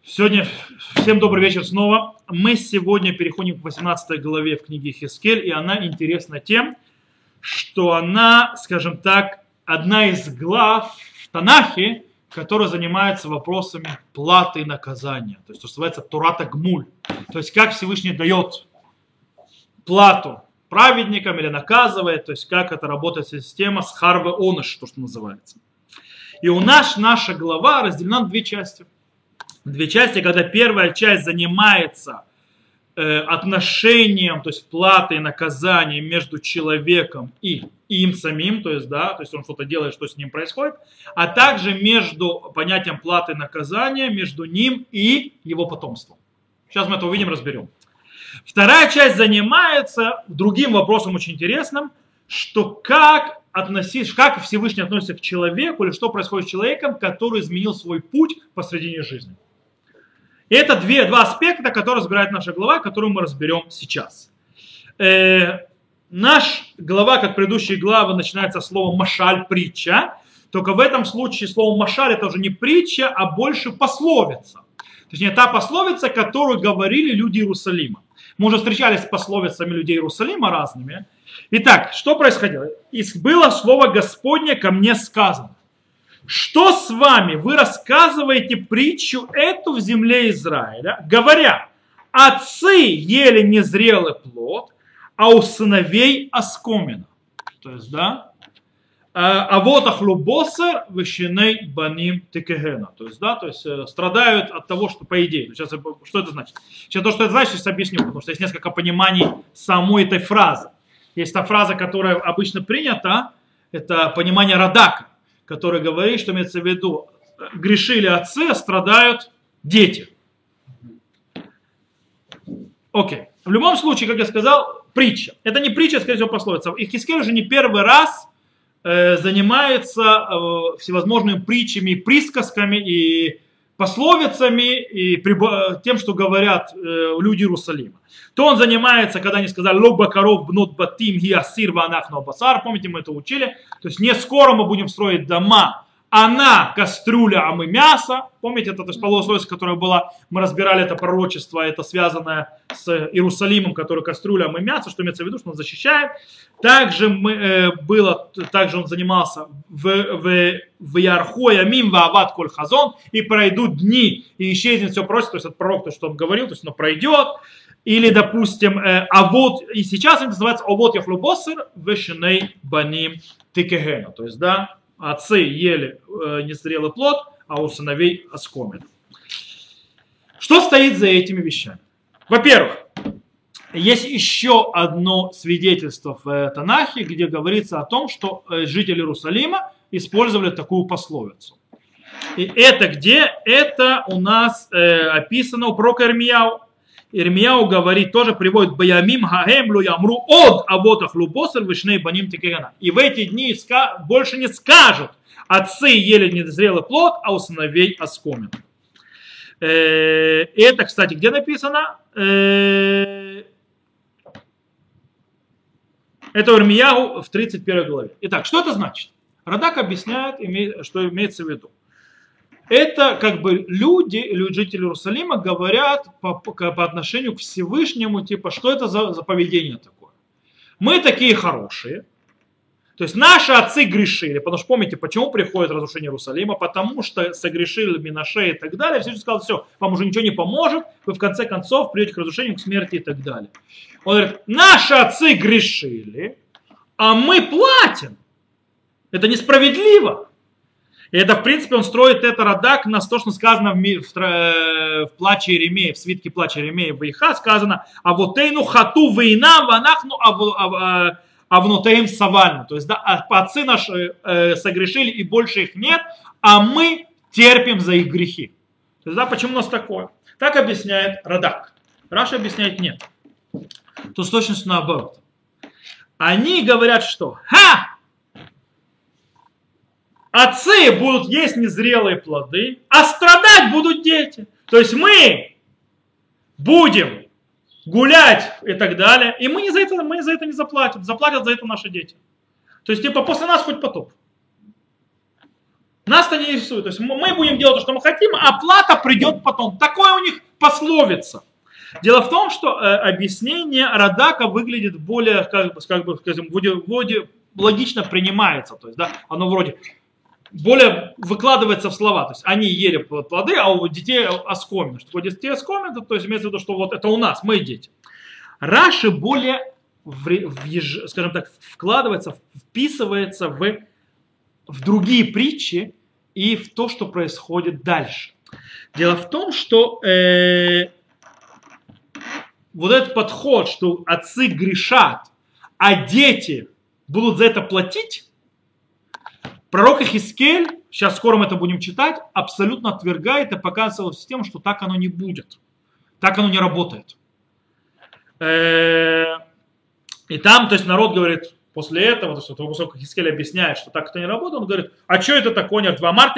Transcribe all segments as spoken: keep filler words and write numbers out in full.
Сегодня всем добрый вечер снова. Мы сегодня переходим к восемнадцатой главе в книге Йехескель, и она интересна тем, что она, скажем так, одна из глав в Танахе, которая занимается вопросами платы и наказания. То есть, то, что называется Турата Гмуль. То есть, как Всевышний дает плату праведникам или наказывает, то есть, как это работает система с Харве Оныш, то, что называется. И у нас наша глава разделена на две части. Две части, когда первая часть занимается э, отношением, то есть платой и наказанием между человеком и им самим, то есть, да, то есть он что-то делает, что с ним происходит, а также между понятием платы и наказания, между ним и его потомством. Сейчас мы это увидим, разберем. Вторая часть занимается другим вопросом очень интересным, что как относись, как Всевышний относится к человеку или что происходит с человеком, который изменил свой путь посредине жизни. И это две, два аспекта, которые разбирает наша глава, которую мы разберем сейчас. Э, наш глава, как предыдущие главы, начинается со слова «машаль», притча. Только в этом случае слово «машаль» это уже не притча, а больше пословица. Точнее, та пословица, которую говорили люди Иерусалима. Мы уже встречались с пословицами людей Иерусалима разными. Итак, что происходило? И было слово Господне ко мне сказано. Что с вами? Вы рассказываете притчу эту в земле Израиля, говоря, отцы ели незрелый плод, а у сыновей оскомина. То есть, да, а вот ахлубоса вещеней баним текегена. То есть, да, то есть страдают от того, что по идее. Сейчас, что это значит? Сейчас то, что это значит, сейчас объясню, потому что есть несколько пониманий самой этой фразы. Есть та фраза, которая обычно принята, это понимание Радака, который говорит, что имеется в виду, грешили отцы, а страдают дети. Окей. В любом случае, как я сказал, притча. Это не притча, скорее всего, пословица. Йехескель уже не первый раз э, занимается э, всевозможными притчами, присказками и пословицами, и прибо, тем, что говорят э, люди Иерусалима. То он занимается, когда они сказали «Лог бакаров бнот батим ги асир ванахну басар». Помните, мы это учили. То есть не скоро мы будем строить дома, она кастрюля, а мы мясо. Помните, это то есть, пословица, которая была, мы разбирали это пророчество, это связанное с Иерусалимом, который кастрюля, а мы мясо, что имеется в виду, что он защищает. Также, мы, э, было, также он занимался в, в, в Ярхоя мим ваават коль хазон, и пройдут дни, и исчезнет все прочее, то есть это пророк, то, что он говорил, то есть оно пройдет. Или, допустим, э, а вот, и сейчас это называется «Овот яхлубосыр вешеней баним тикегена». То есть, да, отцы ели э, незрелый плод, а у сыновей оскомин. Что стоит за этими вещами? Во-первых, есть еще одно свидетельство в э, Танахе, где говорится о том, что э, жители Иерусалима использовали такую пословицу. И это где? Это у нас э, описано у пророка Ирмияу. Ирмияу говорит, тоже приводит «Баямим хаэм лу ямру од авотах лубосер вишней баним текегана». И в эти дни больше не скажут, отцы ели недозрелый плод, а у сыновей оскомин. Это, кстати, где написано? Это у Ирмияу в тридцать первой главе. Итак, что это значит? Радак объясняет, что имеется в виду. Это как бы люди, жители Иерусалима говорят по, по, по отношению к Всевышнему, типа, что это за, за поведение такое. Мы такие хорошие. То есть наши отцы грешили, потому что помните, почему приходит разрушение Иерусалима? Потому что согрешили Минаше и так далее. Всевышний сказал, все, вам уже ничего не поможет, вы в конце концов придете к разрушению, к смерти и так далее. Он говорит, наши отцы грешили, а мы платим. Это несправедливо. И это, в принципе, он строит это Радак на то, что сказано в, в, в плаче Иеремии, в свитке плача Иеремии в Иха, сказано «А вот эйну хату вейна ванахну авнутеим савальну». То есть, да, отцы наши э, согрешили, и больше их нет, а мы терпим за их грехи. То есть, да, почему у нас такое? Так объясняет Радак. Раша объясняет нет. То с точностью наоборот. Они говорят, что «Ха! Отцы будут есть незрелые плоды, а страдать будут дети». То есть мы будем гулять и так далее, и мы, не за, это, мы за это не заплатим. Заплатят за это наши дети. То есть типа после нас хоть потоп. Нас-то не интересует. То есть мы будем делать то, что мы хотим, а плата придет потом. Такое у них пословица. Дело в том, что э, объяснение Радака выглядит более, как бы, как бы скажем, вроде, вроде логично принимается. То есть, да, оно вроде более выкладывается в слова. То есть они ели плоды, а у детей оскомина. Что у детей оскомина, то есть имеется в виду, что вот это у нас, мы дети. Раши более, в, в, скажем так, вкладывается, вписывается в, в другие притчи и в то, что происходит дальше. Дело в том, что э, вот этот подход, что отцы грешат, а дети будут за это платить, пророк Ихискель, сейчас скоро мы это будем читать, абсолютно отвергает и показывает систему, что так оно не будет. Так оно не работает. И там, то есть народ говорит, после этого, то есть пророк Ихискель объясняет, что так это не работает, он говорит, а что это такое?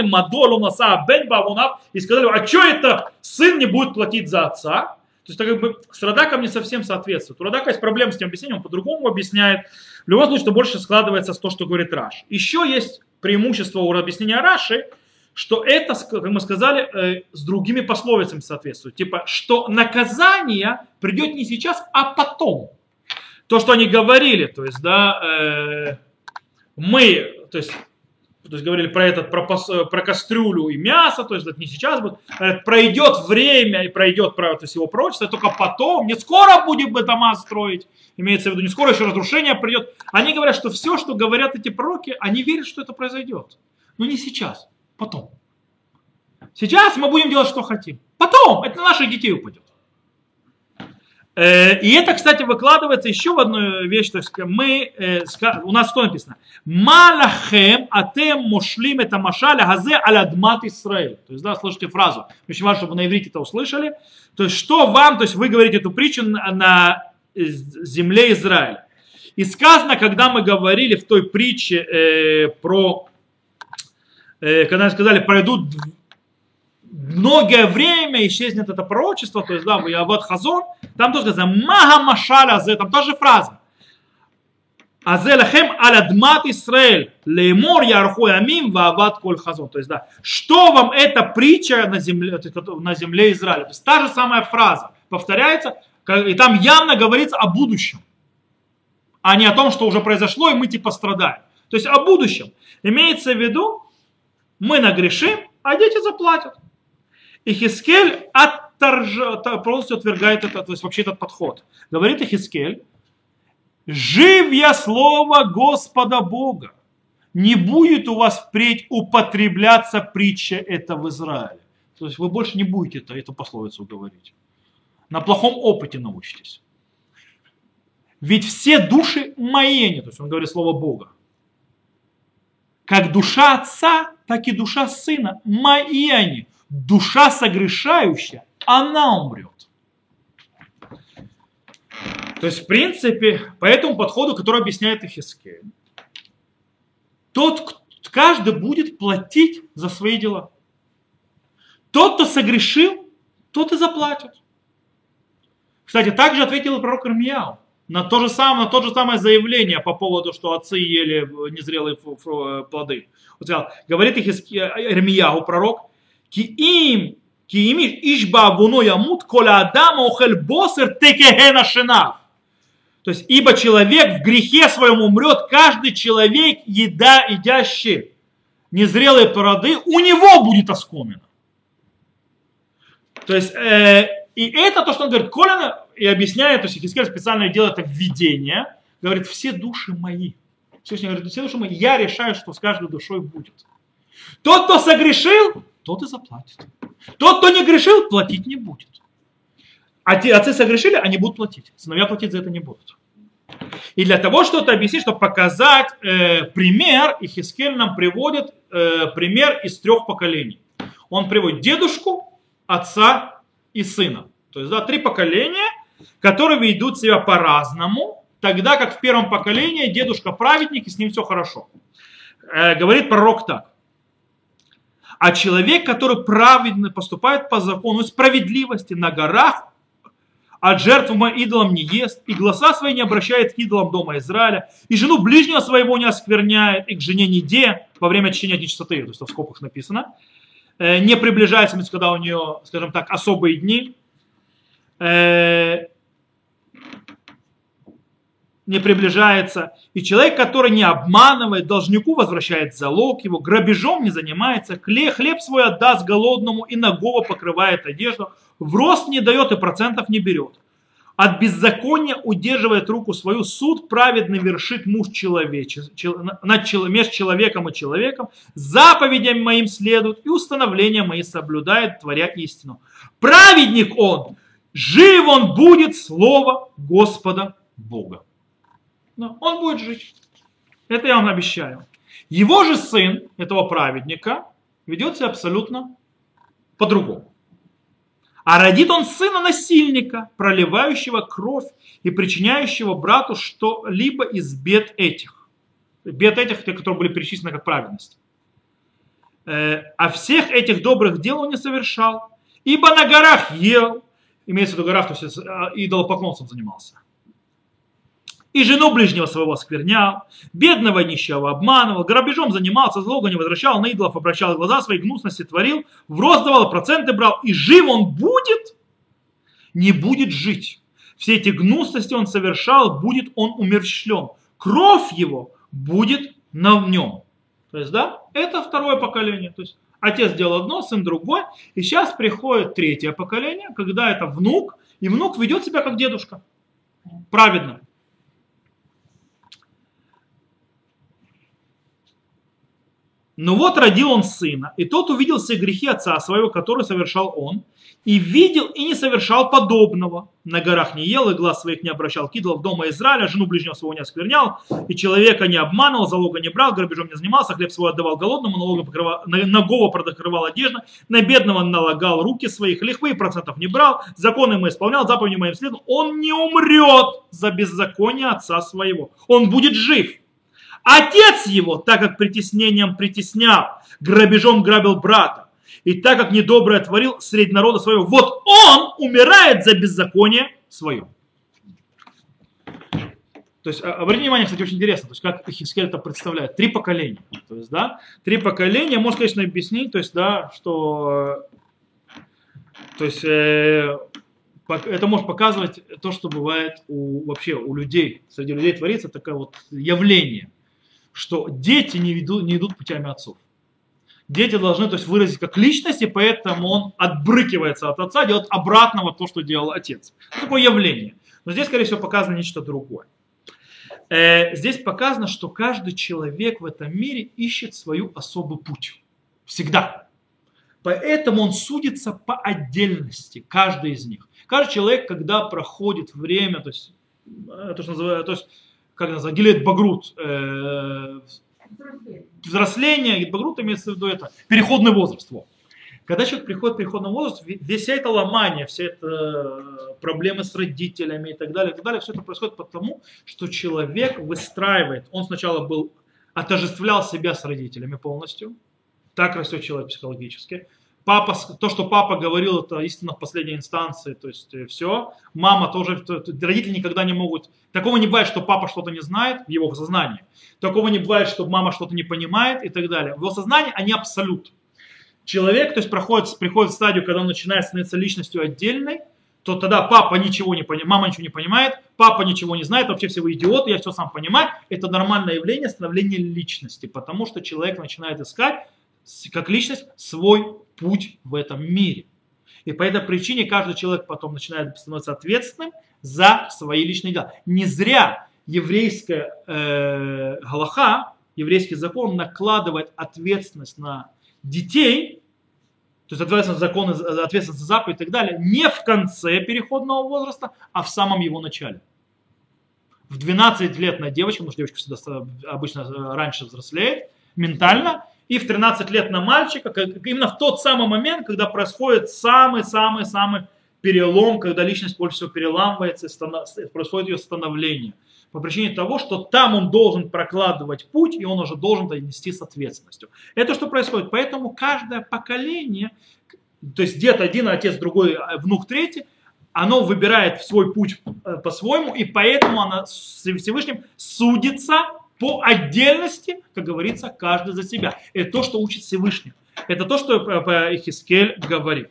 И сказали, а что это сын не будет платить за отца? То есть, так как бы с Радаком не совсем соответствует. У Радака есть проблемы с тем объяснением, он по-другому объясняет. В любом случае, что больше складывается с то, что говорит Раши. Еще есть преимущество у объяснения Раши, что это, как мы сказали, с другими пословицами соответствует. Типа, что наказание придет не сейчас, а потом. То, что они говорили, то есть, да, э, мы, то есть, то есть говорили про этот, про, про кастрюлю и мясо, то есть это не сейчас будет, пройдет время и пройдет то есть его пророчество, только потом, не скоро будем дома строить, имеется в виду, не скоро еще разрушение придет. Они говорят, что все, что говорят эти пророки, они верят, что это произойдет. Но не сейчас, потом. Сейчас мы будем делать, что хотим. Потом, это на наших детей упадет. И это, кстати, выкладывается еще в одну вещь, то есть мы, у нас что написано? Малахем атем мошлим это машаля газе алядмат Исраэль. То есть, да, слышите фразу. Очень важно, чтобы на иврите это услышали. То есть, что вам, то есть вы говорите эту притчу на, на земле Израиля. И сказано, когда мы говорили в той притче э, про, э, когда сказали, пройдут многое время, исчезнет это пророчество, то есть, да, Яват Хазон, там тоже сказано, Мага Машаля Азе, там тоже фраза. Азе лахем алядмат Исраэль, леймор ярху ямим ваават коль Хазон. То есть, да, что вам эта притча на земле, на земле Израиля? То есть, та же самая фраза повторяется, и там явно говорится о будущем, а не о том, что уже произошло, и мы типа страдаем. То есть, о будущем. Имеется в виду, мы нагрешим, а дети заплатят. И Ихискель отторж... полностью отвергает это, то есть вообще этот подход. Говорит Ихискель, жив я слово Господа Бога, не будет у вас впредь употребляться притча это в Израиле. То есть вы больше не будете это, эту пословицу говорить. На плохом опыте научитесь. Ведь все души мои они, то есть он говорит слово Бога. Как душа отца, так и душа сына мои они. Душа согрешающая, она умрет. То есть, в принципе, по этому подходу, который объясняет Ихискель, тот, каждый будет платить за свои дела. Тот, кто согрешил, тот и заплатит. Кстати, также ответил и пророк Ирмияу на то же самое, на то же самое заявление по поводу, что отцы ели незрелые плоды. Он сказал, говорит Ирмияу, пророк, Ки им, ки им ишба вуно ямут, коля адама охель босер текехена шинав. То есть, ибо человек в грехе своем умрет, каждый человек, еда, едящий незрелые плоды, у него будет оскомина. То есть, э, и это то, что он говорит, Коля, и объясняет, то есть Ихискель специально делает это введение, говорит, все души мои. Всевышний говорит, все души мои, я решаю, что с каждой душой будет. Тот, кто согрешил, тот и заплатит. Тот, кто не грешил, платить не будет. А те отцы согрешили, они будут платить. Сыновья платить за это не будут. И для того, чтобы это объяснить, чтобы показать э, пример, Ихискель нам приводит э, пример из трех поколений. Он приводит дедушку, отца и сына. То есть, да, три поколения, которые ведут себя по-разному, тогда как в первом поколении дедушка праведник, и с ним все хорошо. Э, говорит пророк так. А человек, который праведно поступает по закону справедливости на горах, от жертв идолам не ест, и глаза свои не обращает к идолам дома Израиля, и жену ближнего своего не оскверняет, и к жене Неде во время очищения от нечистоты, то есть в скобках написано, не приближается, когда у нее, скажем так, особые дни, не приближается, и человек, который не обманывает, должнику возвращает залог его, грабежом не занимается, хлеб свой отдаст голодному и нагого покрывает одежду, в рост не дает и процентов не берет. От беззакония удерживает руку свою, суд праведный вершит муж человече, над между человеком и человеком, заповедям моим следует и установления мои соблюдает, творя истину. Праведник он, жив он будет, слово Господа Бога. Но он будет жить. Это я вам обещаю. Его же сын, этого праведника, ведет себя абсолютно по-другому. А родит он сына насильника, проливающего кровь и причиняющего брату что-либо из бед этих. Бед этих, те, которые были перечислены как праведность. А всех этих добрых дел он не совершал, ибо на горах ел, имеется в виду горах, то есть идолопоклонством занимался. И жену ближнего своего осквернял, бедного нищего обманывал, грабежом занимался, злого не возвращал, на идолов обращал глаза свои, гнусности творил, в рост давал, проценты брал, и жив он будет, не будет жить. Все эти гнусности он совершал, будет он умерщвлен. Кровь его будет на нем. То есть, да, это второе поколение. То есть, отец делал одно, сын другое, и сейчас приходит третье поколение, когда это внук, и внук ведет себя как дедушка. Праведно. Но вот родил он сына, и тот увидел все грехи отца своего, которые совершал он, и видел и не совершал подобного. На горах не ел, и глаз своих не обращал к идолам дома Израиля, жену ближнего своего не осквернял, и человека не обманывал, залога не брал, грабежом не занимался, хлеб свой отдавал голодному, налогом покрывал, нагого покрывал одежду, на бедного налагал руки своих, лихвы и процентов не брал, законы ему исполнял, заповеди моим следом, он не умрет за беззаконие отца своего, он будет жив. Отец его, так как притеснением притеснял, грабежом грабил брата, и так как недоброе творил среди народа своего, вот он умирает за беззаконие свое. То есть, обратите внимание, кстати, очень интересно, то есть, как Хискель это представляет. Три поколения. То есть, да, три поколения, можно, конечно, объяснить, то есть, да, что то есть, э, это может показывать то, что бывает у, вообще у людей, среди людей творится такое вот явление, что дети не идут, не идут путями отцов. Дети должны, то есть, выразить как личность, и поэтому он отбрыкивается от отца, делает обратного то, что делал отец. Это такое явление. Но здесь, скорее всего, показано нечто другое. Э, здесь показано, что каждый человек в этом мире ищет свою особый путь. Всегда. Поэтому он судится по отдельности, каждый из них. Каждый человек, когда проходит время, то есть, то, что называется, то есть, как называется, гилет багрут, э, взросление, гилет багрут имеется в виду это, переходный возраст. Вот. Когда человек приходит в переходный возраст, вся эта ломания, все это проблемы с родителями и так далее, и так далее, все это происходит потому, что человек выстраивает, он сначала был, отождествлял себя с родителями полностью, так растет человек психологически. Папа, то, что папа говорил, это истина в последней инстанции, то есть все. Мама тоже, родители никогда не могут, такого не бывает, что папа что-то не знает в его сознании, такого не бывает, что мама что-то не понимает и так далее. В его сознании они абсолют. Человек, то есть проходит, приходит в стадию, когда он начинает становиться личностью отдельной, то тогда папа ничего не понимает, мама ничего не понимает, папа ничего не знает, вообще все вы идиоты, я все сам понимаю. Это нормальное явление становления личности, потому что человек начинает искать как личность свой путь в этом мире. И по этой причине каждый человек потом начинает становиться ответственным за свои личные дела. Не зря еврейская э, галаха, еврейский закон накладывает ответственность на детей, то есть ответственность за законы, ответственность за заповедь и так далее, не в конце переходного возраста, а в самом его начале. В двенадцать лет на девочку, потому что девочка всегда обычно раньше взрослеет ментально, и в тринадцать лет на мальчика, именно в тот самый момент, когда происходит самый-самый-самый перелом, когда личность больше всего переламывается, происходит ее становление. По причине того, что там он должен прокладывать путь, и он уже должен это нести с ответственностью. Это что происходит? Поэтому каждое поколение, то есть дед один, отец другой, внук третий, оно выбирает свой путь по-своему, и поэтому оно с Всевышним судится по отдельности, как говорится, каждый за себя. Это то, что учит Всевышний. Это то, что Йехескель говорит.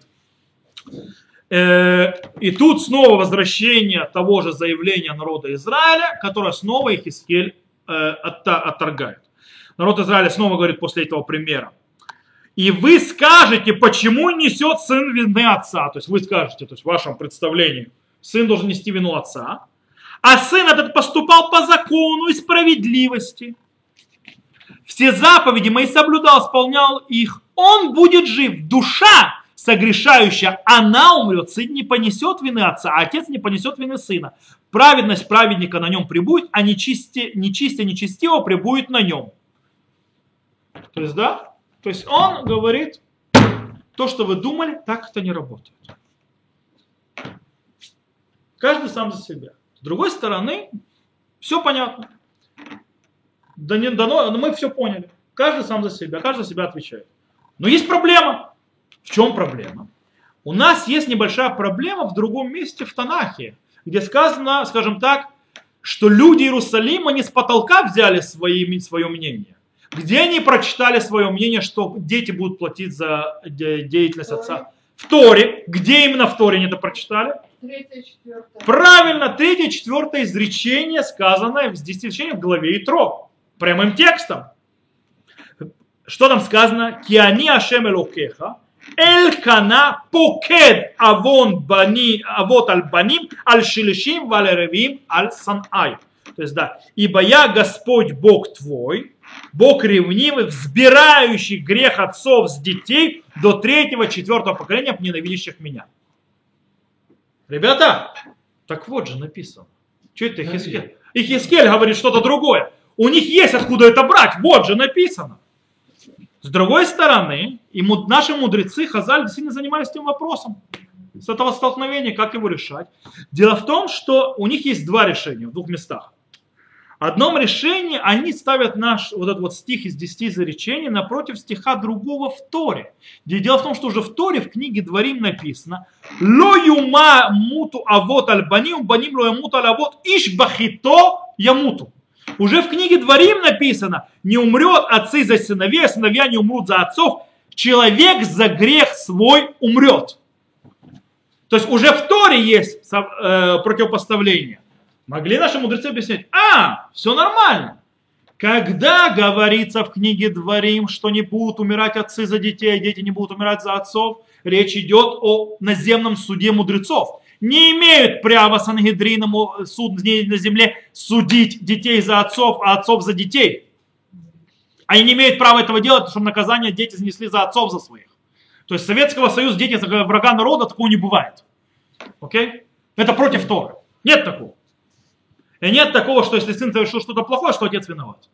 И тут снова возвращение того же заявления народа Израиля, которое снова Йехескель отторгает. Народ Израиля снова говорит после этого примера. И вы скажете, почему несет сын вины отца. То есть вы скажете, то есть в вашем представлении, сын должен нести вину отца. А сын этот поступал по закону и справедливости. Все заповеди мои соблюдал, исполнял их. Он будет жив. Душа согрешающая, она умрет. Сын не понесет вины отца, а отец не понесет вины сына. Праведность праведника на нем пребудет, а нечистие, нечистие нечестиво пребудет на нем. То есть, да? То есть он говорит, то, что вы думали, так это не работает. Каждый сам за себя. С другой стороны, все понятно. Да не дано, но мы все поняли. Каждый сам за себя, каждый за себя отвечает. Но есть проблема. В чем проблема? У нас есть небольшая проблема в другом месте в Танахе, где сказано, скажем так, что люди Иерусалима не с потолка взяли свои, свое мнение. Где они прочитали свое мнение, что дети будут платить за деятельность отца? В Торе. Где именно в Торе они это прочитали? Третье, четвертое. Правильно, третье, четвертое изречение, сказанное в десяти изречениях в главе Итро. Прямым текстом. Что там сказано? Киани Ашем Элокеха, Эль-Кана покед авон бани, авот аль-баним, аль-шилишим, валь-ревим, аль-санай. То есть, да, ибо я Господь Бог твой, Бог ревнивый, взбирающий грех отцов с детей до третьего, четвертого поколения, ненавидящих меня. Ребята, так вот же написано. Что это Йехескель? Йехескель говорит что-то другое. У них есть откуда это брать, вот же написано. С другой стороны, и наши мудрецы Хазаль действительно занимались этим вопросом. С этого столкновения, как его решать. Дело в том, что у них есть два решения в двух местах. В одном решении они ставят наш вот этот вот стих из десяти изречений напротив стиха другого в Торе. Где дело в том, что уже в Торе, в книге Дворим написано «Ло юма муту авот аль баним, баним ло ямуту аль авот, иш бахито ямуту». Уже в книге Дворим написано «Не умрет отцы за сыновей, а сыновья не умрут за отцов, человек за грех свой умрет». То есть уже в Торе есть э, противопоставление. Могли наши мудрецы объяснять, а, все нормально. Когда говорится в книге Дворим, что не будут умирать отцы за детей, дети не будут умирать за отцов, речь идет о наземном суде мудрецов. Не имеют права Сангедриному суд на земле судить детей за отцов, а отцов за детей. Они не имеют права этого делать, чтобы наказание дети занесли за отцов за своих. То есть Советского Союза дети врага народа, такого не бывает. Окей? Это против Торы. Нет такого. И нет такого, что если сын совершил что-то плохое, что отец виноват.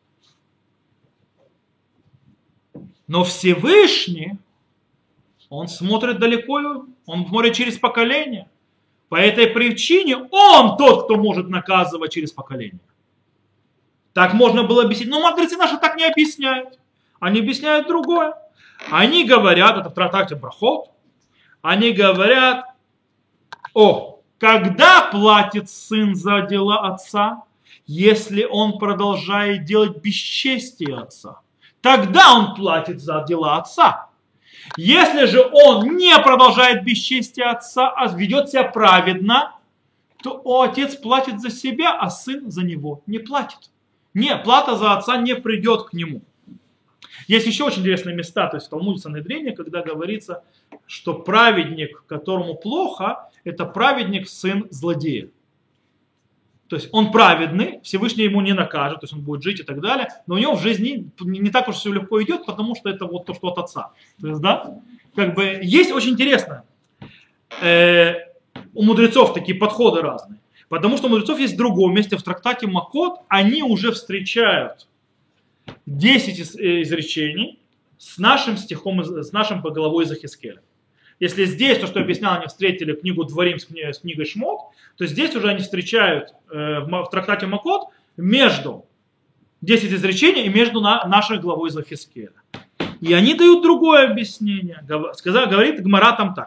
Но Всевышний, он смотрит далеко, он смотрит через поколение. По этой причине он тот, кто может наказывать через поколение. Так можно было объяснить. Но мудрецы наши так не объясняют. Они объясняют другое. Они говорят, это в трактате Брахот, они говорят, о, когда платит сын за дела отца, если он продолжает делать бесчестие отца? Тогда он платит за дела отца. Если же он не продолжает бесчестие отца, а ведет себя праведно, то о, отец платит за себя, а сын за него не платит. Не, плата за отца не придет к нему. Есть еще очень интересные места, то есть в Талмуде Сангедрине, когда говорится, что праведник, которому плохо, это праведник, сын злодея. То есть он праведный, Всевышний ему не накажет, то есть он будет жить и так далее, но у него в жизни не так уж все легко идет, потому что это вот то, что от отца. То есть, да, как бы есть очень интересно, э, у мудрецов такие подходы разные, потому что у мудрецов есть в другом месте, в трактате Макот, они уже встречают десять изречений с нашим стихом, с нашим главой из Йехескеля. Если здесь, то, что я объяснял, они встретили книгу Дворим с книгой, с книгой Шмот, то здесь уже они встречают э, в, в трактате Макот между десять изречений и между на, нашей главой из Йехескеля. И они дают другое объяснение. Сказал, говорит Гмара там так.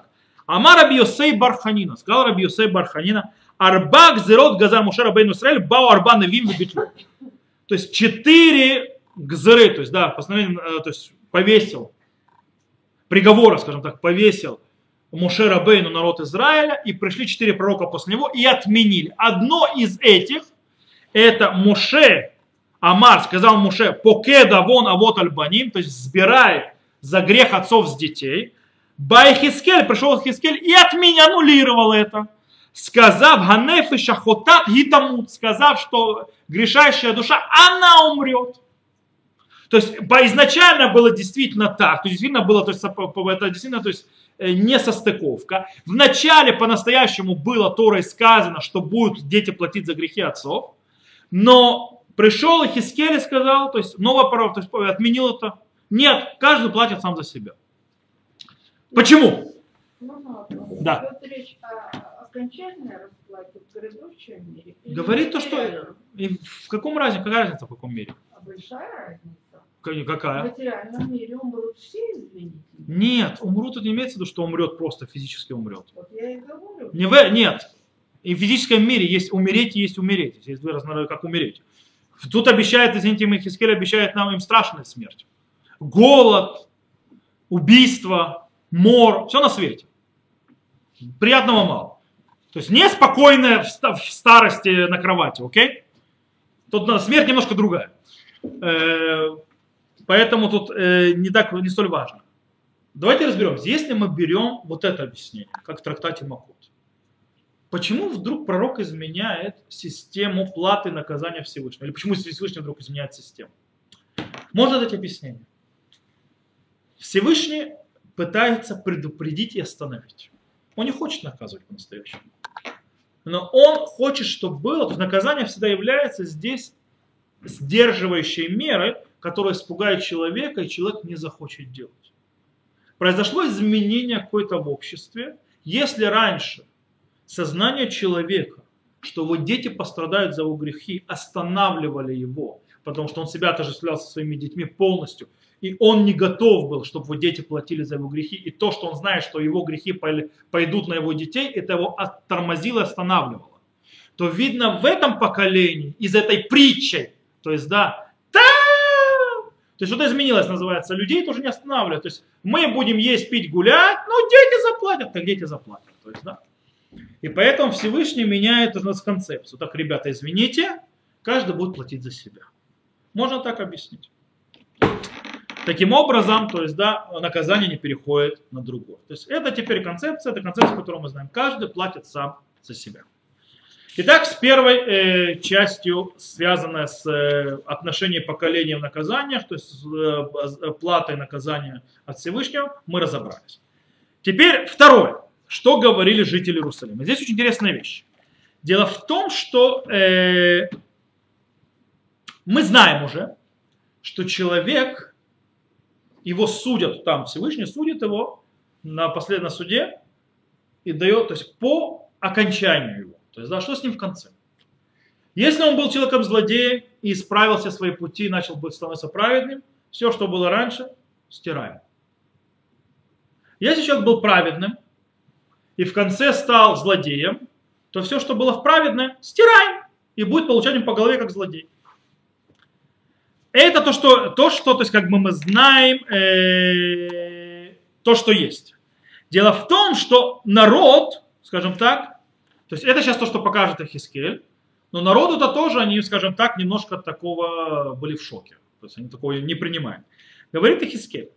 Амар Раби Йосей бар Ханина, сказал Раби Йосей бар Ханина, Арбак зерот газар Моше Рабейну Исраэль, бау арба невим вебитлю. То есть четыре гзеры, то есть, да, постановление, то есть повесил, приговора, скажем так, повесил Моше Рабейну народ Израиля, и пришли четыре пророка после него и отменили. Одно из этих, это Моше, Амар сказал Моше, покеда вон авот альбаним, то есть сбирай за грех отцов с детей. Бай Хискель, пришел Хискель и отменил, аннулировал это. Сказав, ганефи шахотат гитамут, сказав, что грешащая душа, она умрет. То есть изначально было действительно так, то есть действительно было, то есть, это действительно, то есть, не состыковка. Вначале по-настоящему было Торой сказано, что будут дети платить за грехи отцов, но пришел Хискель и сказал, то есть новое право, то есть отменил это. Нет, каждый платит сам за себя. Почему? Ну, да. Идет речь о окончательной расплате в грядущем мире. Говорит то, что и в каком разнице, какая разница в каком мире? А большая разница. Какая? В материальном мире умрут все, извините. Нет, умрут, это не имеется в виду, что умрет просто, физически умрет. Вот я и говорю. Не в, нет, и в физическом мире есть умереть и есть умереть. Есть две разные, как умереть. Тут обещает, извините, Хискель обещает нам им страшную смерть. Голод, убийство, мор, все на свете. Приятного мало. То есть не спокойная в старости на кровати, окей? Тут смерть немножко другая. Поэтому тут не так, не столь важно. Давайте разберемся. Если мы берем вот это объяснение, как в трактате Макот, почему вдруг пророк изменяет систему платы наказания Всевышнего? Или почему Всевышний вдруг изменяет систему? Можно дать объяснение. Всевышний пытается предупредить и остановить. Он не хочет наказывать по-настоящему. Но он хочет, чтобы было, то есть наказание всегда является здесь сдерживающей мерой, которая испугает человека, и человек не захочет делать. Произошло изменение какое-то в обществе. Если раньше сознание человека, что его дети пострадают за его грехи, останавливали его, потому что он себя отождествлял со своими детьми полностью, и он не готов был, чтобы его дети платили за его грехи, и то, что он знает, что его грехи пойдут на его детей, это его тормозило и останавливало. То видно в этом поколении, из этой притчи, то есть, да, та то есть что-то изменилось, называется, людей тоже не останавливает. То есть мы будем есть, пить, гулять, но дети заплатят, так дети заплатят. То есть, да. И поэтому Всевышний меняет у нас концепцию. Так, ребята, извините, каждый будет платить за себя. Можно так объяснить. Таким образом, то есть, да, наказание не переходит на другое. То есть это теперь концепция, это концепция, которую мы знаем. Каждый платит сам за себя. Итак, с первой э, частью, связанной с э, отношением поколения в наказаниях, то есть с э, платой наказания от Всевышнего, мы разобрались. Теперь второе. Что говорили жители Иерусалима? Здесь очень интересная вещь. Дело в том, что э, мы знаем уже, что человек, его судят, там Всевышний судит его на последнем суде и дает, то есть по окончанию его. То есть, да, что с ним в конце? Если он был человеком-злодеем и исправил все свои пути и начал быть становиться праведным, все, что было раньше, стираем. Если человек был праведным и в конце стал злодеем, то все, что было в праведное, стираем и будет получать им по голове как злодей. Это то, что, то, что то есть, как бы мы знаем, э, то, что есть. Дело в том, что народ, скажем так, то есть это сейчас то, что покажет Хискель, но народу-то тоже, они, скажем так, немножко такого были в шоке. То есть они такое не принимают. Говорит Хискель.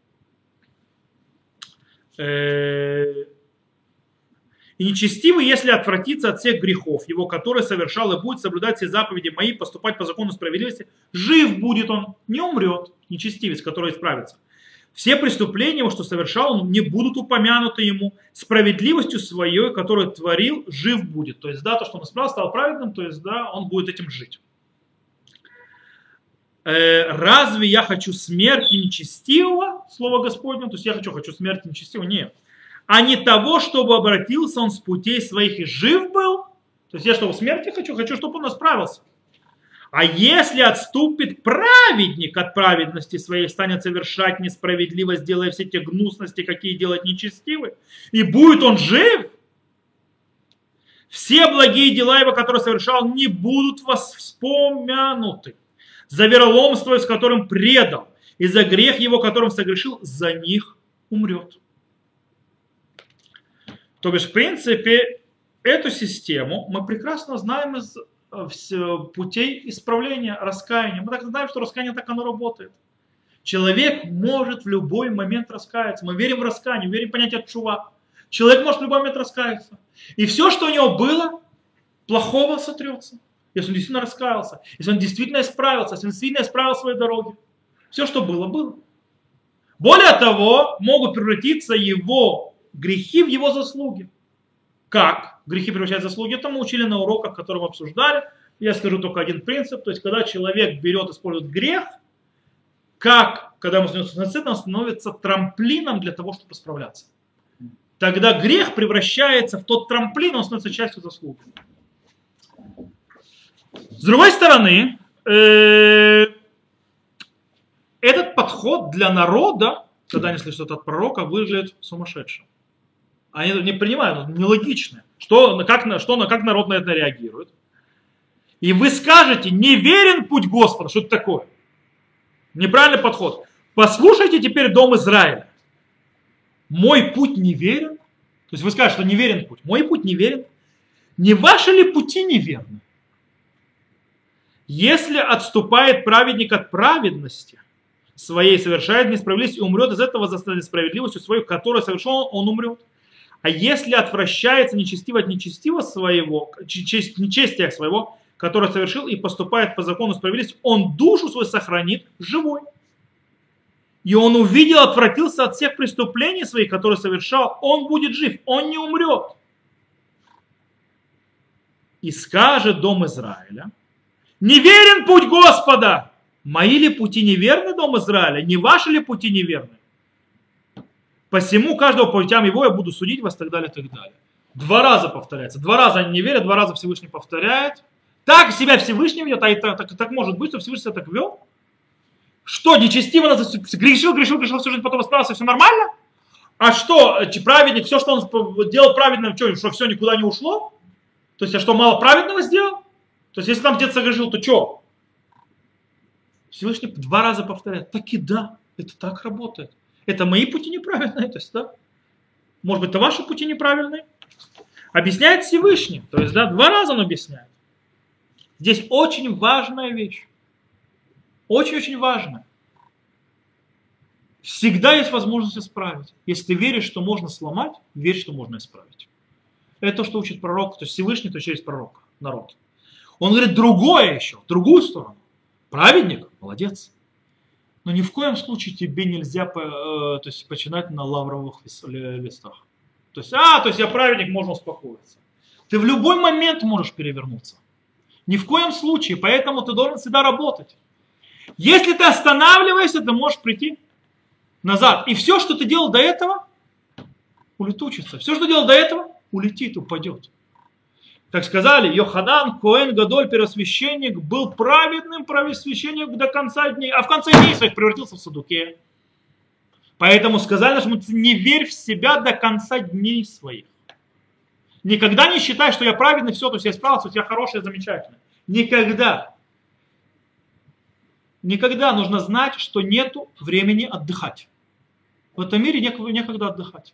И нечестивый, если отвратиться от всех грехов, его который совершал и будет соблюдать все заповеди мои, поступать по закону справедливости, жив будет он, не умрет, нечестивец, который исправится. Все преступления, его, что совершал, он, не будут упомянуты ему. Справедливостью своей, которую творил, жив будет. То есть, да, то, что он исправил, стал праведным, то есть, да, он будет этим жить. Э, разве я хочу смерти нечестивого, слово Господне? То есть, я хочу, хочу смерти нечестивого? Нет. А не того, чтобы обратился он с путей своих и жив был. То есть, я что, смерти хочу? Хочу, чтобы он исправился. А если отступит праведник от праведности своей, станет совершать несправедливость, делая все те гнусности, какие делать нечестивый, и будет он жив, все благие дела его, которые совершал, не будут вспомянуты. За вероломство, с которым предал, и за грех его, которым согрешил, за них умрет. То бишь, в принципе, эту систему мы прекрасно знаем из путей исправления, раскаяния. Мы так знаем, что раскаяние так оно работает. Человек может в любой момент раскаяться. Мы верим в раскаяние, верим в понятие тшува. Человек может в любой момент раскаяться. И все, что у него было, плохого сотрется. Если он действительно раскаялся, если он действительно исправился, если он действительно исправил свои дороги. Все, что было, было. Более того, могут превратиться его грехи в его заслуги. Как грехи превращают в заслуги? Это мы учили на уроках, которые мы обсуждали. Я скажу только один принцип. То есть, когда человек берет, использует грех, как, когда ему становится нацистом, он становится трамплином для того, чтобы справляться. Тогда грех превращается в тот трамплин, он становится частью заслуги. С другой стороны, э, этот подход для народа, когда они слышат от пророка, выглядит сумасшедшим. Они не принимают, нелогично. Что, как, что, как народ на это реагирует? И вы скажете, неверен путь Господа. Что это такое? Неправильный подход. Послушайте теперь дом Израиля. Мой путь неверен? То есть вы скажете, что неверен путь. Мой путь неверен. Не ваши ли пути неверны? Если отступает праведник от праведности своей, совершает несправедливость и умрет из этого за несправедливостью свою, которую совершил, он умрет. А если отвращается нечестиво от нечестивого своего, нечестия своего, которое совершил, и поступает по закону справедливости, он душу свою сохранит живой. И он увидел, отвратился от всех преступлений своих, которые совершал, он будет жив, он не умрет. И скажет дом Израиля, неверен путь Господа. Мои ли пути неверны, дом Израиля? Не ваши ли пути неверны? Посему каждого по путям его я буду судить вас, так далее, так далее. Два раза повторяется. Два раза они не верят, два раза Всевышний повторяет. Так себя Всевышний ведет, а это, так, так может быть, что Всевышний себя так вел? Что, нечестиво нас грешил, грешил, грешил всю жизнь, потом исправился, все нормально? А что, праведник, все, что он делал праведным, что, что все никуда не ушло? То есть, я что, мало праведного сделал? То есть, если там где-то согрешил, то что? Всевышний два раза повторяет. Так и да, это так работает. Это мои пути неправильные. То есть, да? Может быть, это ваши пути неправильные? Объясняет Всевышний. То есть, да, два раза он объясняет. Здесь очень важная вещь. Очень-очень важная. Всегда есть возможность исправить. Если ты веришь, что можно сломать, верь, что можно исправить. Это то, что учит пророк, то есть Всевышний, то через пророка, народ. Он говорит другое еще, в другую сторону. Праведник, молодец. Но ни в коем случае тебе нельзя э, то есть, починать на лавровых листах. То есть, а, то есть я праведник, можно успокоиться. Ты в любой момент можешь перевернуться. Ни в коем случае, поэтому ты должен всегда работать. Если ты останавливаешься, ты можешь прийти назад. И все, что ты делал до этого, улетучится. Все, что делал до этого, улетит, упадет. Как сказали, Йоханан, Коэн Гадоль, первосвященник, был праведным первосвященником до конца дней, а в конце дней своих превратился в садукея. Поэтому сказали, что не верь в себя до конца дней своих. Никогда не считай, что я праведный, все, то есть я справился, я хороший, я замечательный. Никогда. Никогда нужно знать, что нету времени отдыхать. В этом мире некогда отдыхать.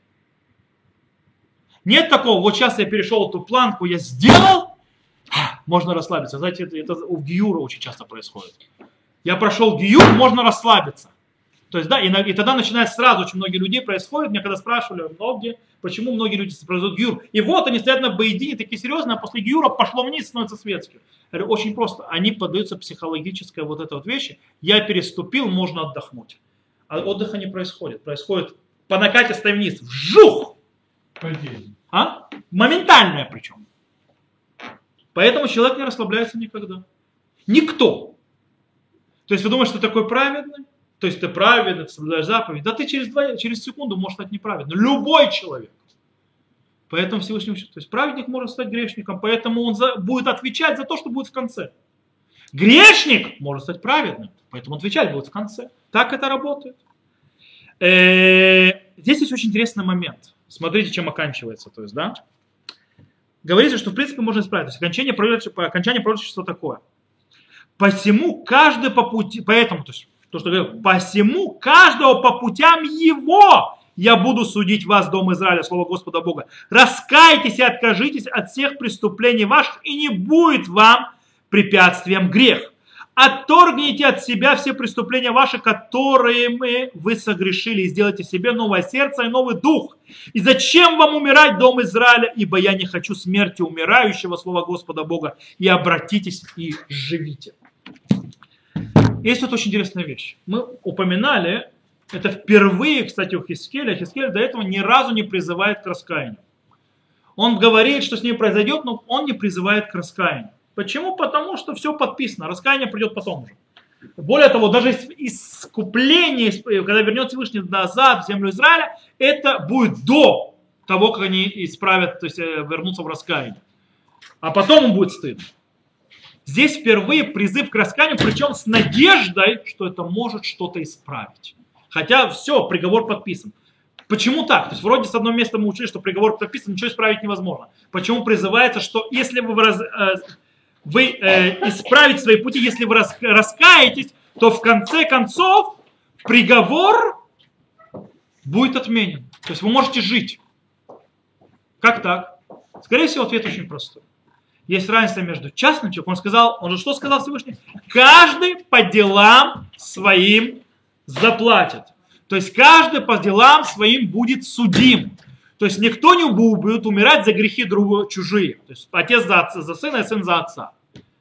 Нет такого, вот сейчас я перешел эту планку, я сделал, можно расслабиться. Знаете, это, это у гиюра очень часто происходит. Я прошел гиюр, можно расслабиться. То есть, да, и, и тогда начинает сразу очень многие людей происходит. Меня когда спрашивали, многие, почему многие люди производят гиюр. И вот они стоят на боедине, такие серьезные, а после гиюра пошло вниз, становится светским. Я говорю, очень просто. Они поддаются психологической вот этой вот вещи. Я переступил, можно отдохнуть. А отдыха не происходит. Происходит по накатистой вниз. Вжух! Падение. А? Моментальное причем. Поэтому человек не расслабляется никогда. Никто. То есть вы думаете, что ты такой праведный? То есть ты праведный, ты соблюдаешь заповедь. Да ты через, два, через секунду можешь стать неправедным. Любой человек. Поэтому Всевышний учит. То есть праведник может стать грешником, поэтому он за, будет отвечать за то, что будет в конце. Грешник может стать праведным. Поэтому отвечать будет в конце. Так это работает. Здесь есть очень интересный момент. Смотрите, чем оканчивается. То есть, да? Говорится, что в принципе можно исправить. То есть окончание пророчества, окончание пророчества такое. Посему каждый по пути, поэтому, то есть, то, что говорю, посему каждого по путям его я буду судить вас, дом Израиля, слово Господа Бога. Раскайтесь и откажитесь от всех преступлений ваших, и не будет вам препятствием грех. Отторгните от себя все преступления ваши, которые вы согрешили, и сделайте себе новое сердце и новый дух. И зачем вам умирать, дом Израиля, ибо я не хочу смерти умирающего, слова Господа Бога, и обратитесь и живите. Есть тут очень интересная вещь. Мы упоминали, это впервые, кстати, у Хискеля. Хискель до этого ни разу не призывает к раскаянию. Он говорит, что с ним произойдет, но он не призывает к раскаянию. Почему? Потому что все подписано. Раскаяние придет потом уже. Более того, даже искупление, когда вернется Всевышний назад в землю Израиля, это будет до того, как они исправят, то есть вернутся в раскаяние. А потом им будет стыдно. Здесь впервые призыв к раскаянию, причем с надеждой, что это может что-то исправить. Хотя все, приговор подписан. Почему так? То есть вроде с одного места мы учили, что приговор подписан, ничего исправить невозможно. Почему призывается, что если вы, раз, э, вы э, исправите свои пути, если вы рас, раскаетесь, то в конце концов приговор будет отменен. То есть вы можете жить. Как так? Скорее всего, ответ очень простой. Есть разница между частным человеком. Он сказал, он же что сказал Всевышний? Каждый по делам своим заплатит. То есть каждый по делам своим будет судим. То есть никто не будет умирать за грехи другого, чужие. То есть отец за, отца, за сына, и сын за отца.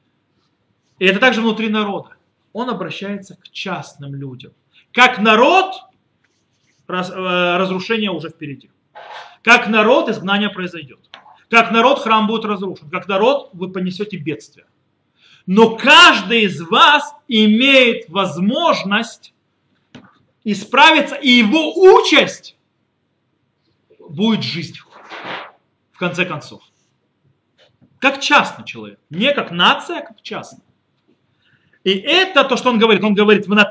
И это также внутри народа. Он обращается к частным людям. Как народ, раз, разрушение уже впереди. Как народ, изгнание произойдет. Как народ, храм будет разрушен. Как народ, вы понесете бедствие. Но каждый из вас имеет возможность исправиться, и его участь будет жизнь. В конце концов. Как частный человек. Не как нация, а как частный. И это то, что он говорит. Он говорит, то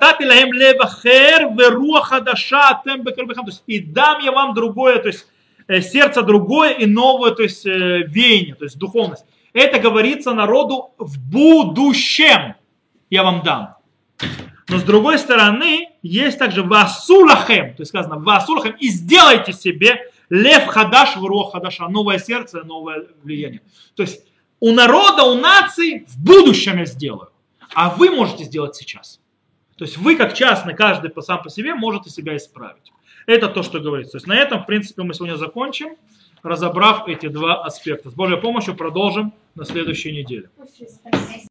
есть, и дам я вам другое, то есть сердце другое и новое, то есть веяние, то есть духовность. Это говорится народу в будущем. Я вам дам. Но с другой стороны, есть также васулахем, то есть сказано васулахем, и сделайте себе лев хадаш в руах хадаша, новое сердце, новое влияние. То есть у народа, у нации в будущем я сделаю, а вы можете сделать сейчас. То есть вы, как частный, каждый сам по себе, можете себя исправить. Это то, что говорится. То есть на этом, в принципе, мы сегодня закончим, разобрав эти два аспекта. С Божьей помощью продолжим на следующей неделе.